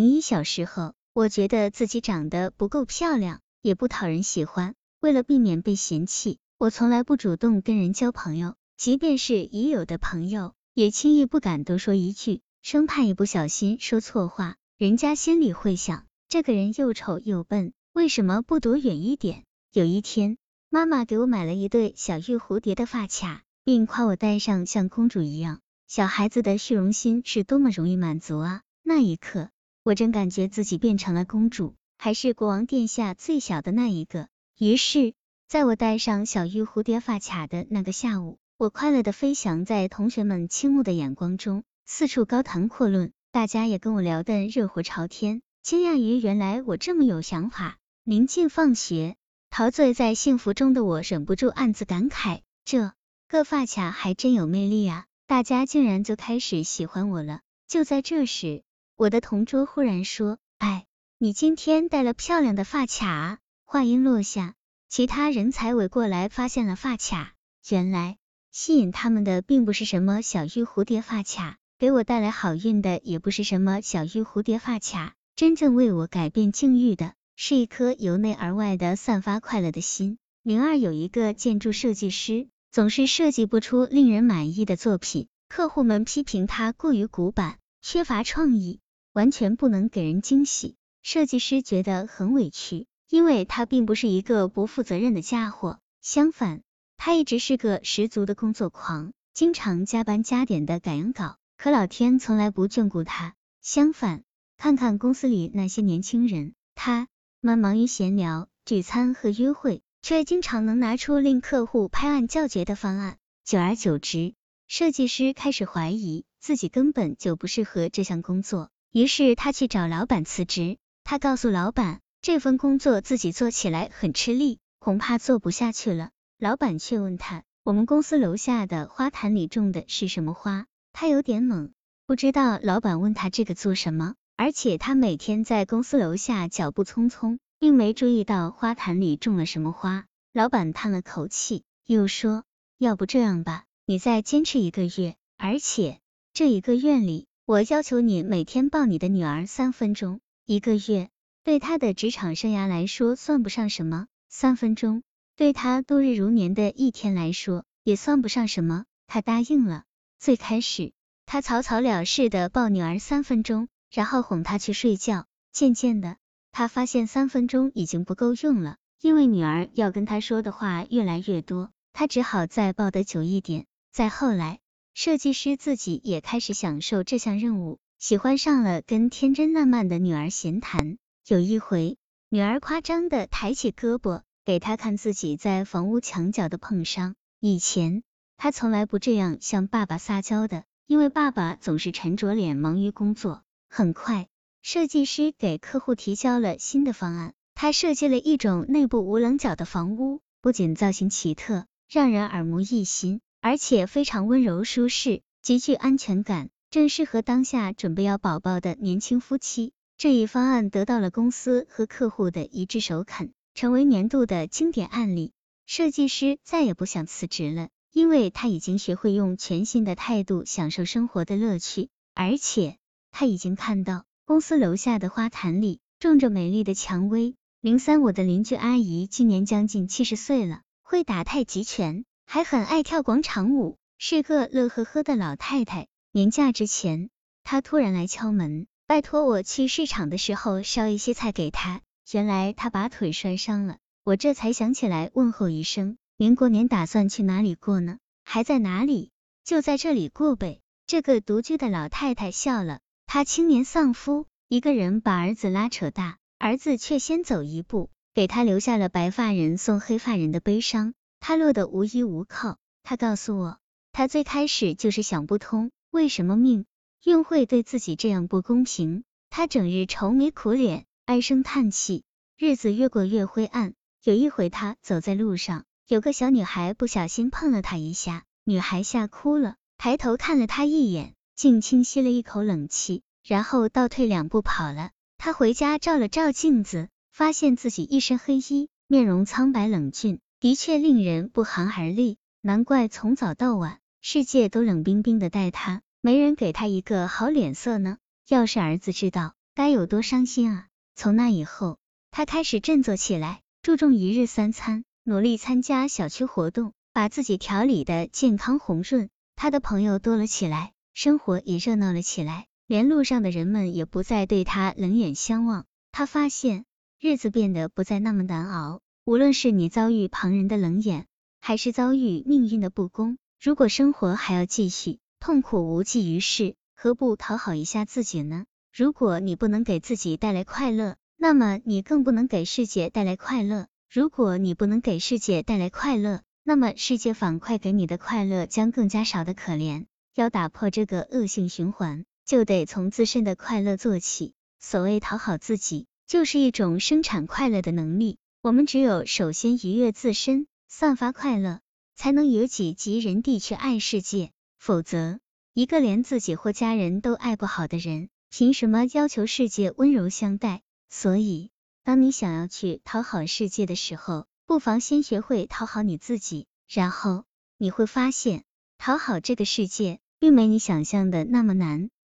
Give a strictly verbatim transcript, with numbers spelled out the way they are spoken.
一小时后，我觉得自己长得不够漂亮，也不讨人喜欢。为了避免被嫌弃，我从来不主动跟人交朋友，即便是已有的朋友，也轻易不敢多说一句，生怕一不小心说错话，人家心里会想，这个人又丑又笨，为什么不躲远一点？有一天，妈妈给我买了一对小玉蝴蝶的发卡，并夸我戴上像公主一样。小孩子的虚荣心是多么容易满足啊！那一刻，我真感觉自己变成了公主，还是国王殿下最小的那一个。于是，在我戴上小玉蝴蝶发卡的那个下午，我快乐的飞翔在同学们倾慕的眼光中，四处高谈阔论，大家也跟我聊得热火朝天，惊讶于原来我这么有想法。临近放学，陶醉在幸福中的我忍不住暗自感慨，这个发卡还真有魅力啊，大家竟然就开始喜欢我了。就在这时，我的同桌忽然说，哎，你今天戴了漂亮的发卡啊。话音落下，其他人才围过来发现了发卡，原来吸引他们的并不是什么小玉蝴蝶发卡，给我带来好运的也不是什么小玉蝴蝶发卡，真正为我改变境遇的是一颗由内而外的散发快乐的心。零二有一个建筑设计师，总是设计不出令人满意的作品，客户们批评他过于古板，缺乏创意，完全不能给人惊喜。设计师觉得很委屈，因为他并不是一个不负责任的家伙，相反，他一直是个十足的工作狂，经常加班加点的赶洋稿，可老天从来不眷顾他。相反，看看公司里那些年轻人，他们忙于闲聊、聚餐和约会，却经常能拿出令客户拍案叫绝的方案。久而久之，设计师开始怀疑自己根本就不适合这项工作，于是他去找老板辞职。他告诉老板，这份工作自己做起来很吃力，恐怕做不下去了。老板却问他，我们公司楼下的花坛里种的是什么花？他有点懵，不知道老板问他这个做什么，而且他每天在公司楼下脚步匆匆，并没注意到花坛里种了什么花。老板叹了口气，又说，要不这样吧，你再坚持一个月，而且这一个月里，我要求你每天抱你的女儿三分钟。一个月对他的职场生涯来说算不上什么，三分钟对他度日如年的一天来说也算不上什么。他答应了。最开始，他草草了事的抱女儿三分钟，然后哄她去睡觉。渐渐的，他发现三分钟已经不够用了，因为女儿要跟他说的话越来越多，他只好再抱得久一点。再后来，设计师自己也开始享受这项任务，喜欢上了跟天真烂漫的女儿闲谈。有一回，女儿夸张的抬起胳膊，给他看自己在房屋墙角的碰伤。以前，他从来不这样向爸爸撒娇的，因为爸爸总是沉着脸忙于工作。很快，设计师给客户提交了新的方案，他设计了一种内部无棱角的房屋，不仅造型奇特，让人耳目一新，而且非常温柔舒适，极具安全感，正适合当下准备要宝宝的年轻夫妻。这一方案得到了公司和客户的一致首肯，成为年度的经典案例。设计师再也不想辞职了，因为他已经学会用全新的态度享受生活的乐趣，而且他已经看到公司楼下的花坛里种着美丽的蔷薇。零三我的邻居阿姨今年将近七十岁了，会打太极拳，还很爱跳广场舞，是个乐呵呵的老太太。年假之前，她突然来敲门，拜托我去市场的时候捎一些菜给她。原来她把腿摔伤了，我这才想起来问候一声，您过年打算去哪里过呢？还在哪里？就在这里过呗。这个独居的老太太笑了，她青年丧夫，一个人把儿子拉扯大，儿子却先走一步，给她留下了白发人送黑发人的悲伤，她落得无依无靠。她告诉我，她最开始就是想不通，为什么命运会对自己这样不公平。她整日愁眉苦脸，唉声叹气，日子越过越灰暗。有一回她走在路上，有个小女孩不小心碰了她一下，女孩吓哭了，抬头看了她一眼，竟轻吸了一口冷气，然后倒退两步跑了。她回家照了照镜子，发现自己一身黑衣，面容苍白冷峻，的确令人不寒而栗。难怪从早到晚，世界都冷冰冰的待她，没人给她一个好脸色呢。要是儿子知道， 该有多伤心啊！从那以后，他开始振作起来，注重一日三餐，努力参加小区活动，把自己调理的健康红润。他的朋友多了起来，生活也热闹了起来，连路上的人们也不再对他冷眼相望。他发现日子变得不再那么难熬，无论是你遭遇旁人的冷眼，还是遭遇命运的不公，如果生活还要继续，痛苦无济于事，何不讨好一下自己呢？如果你不能给自己带来快乐，那么你更不能给世界带来快乐。如果你不能给世界带来快乐，那么世界反馈给你的快乐将更加少得可怜。要打破这个恶性循环，就得从自身的快乐做起。所谓讨好自己，就是一种生产快乐的能力。我们只有首先愉悦自身，散发快乐，才能由己及人地去爱世界。否则，一个连自己或家人都爱不好的人，凭什么要求世界温柔相待？所以，当你想要去讨好世界的时候，不妨先学会讨好你自己，然后你会发现，讨好这个世界，并没你想象的那么难。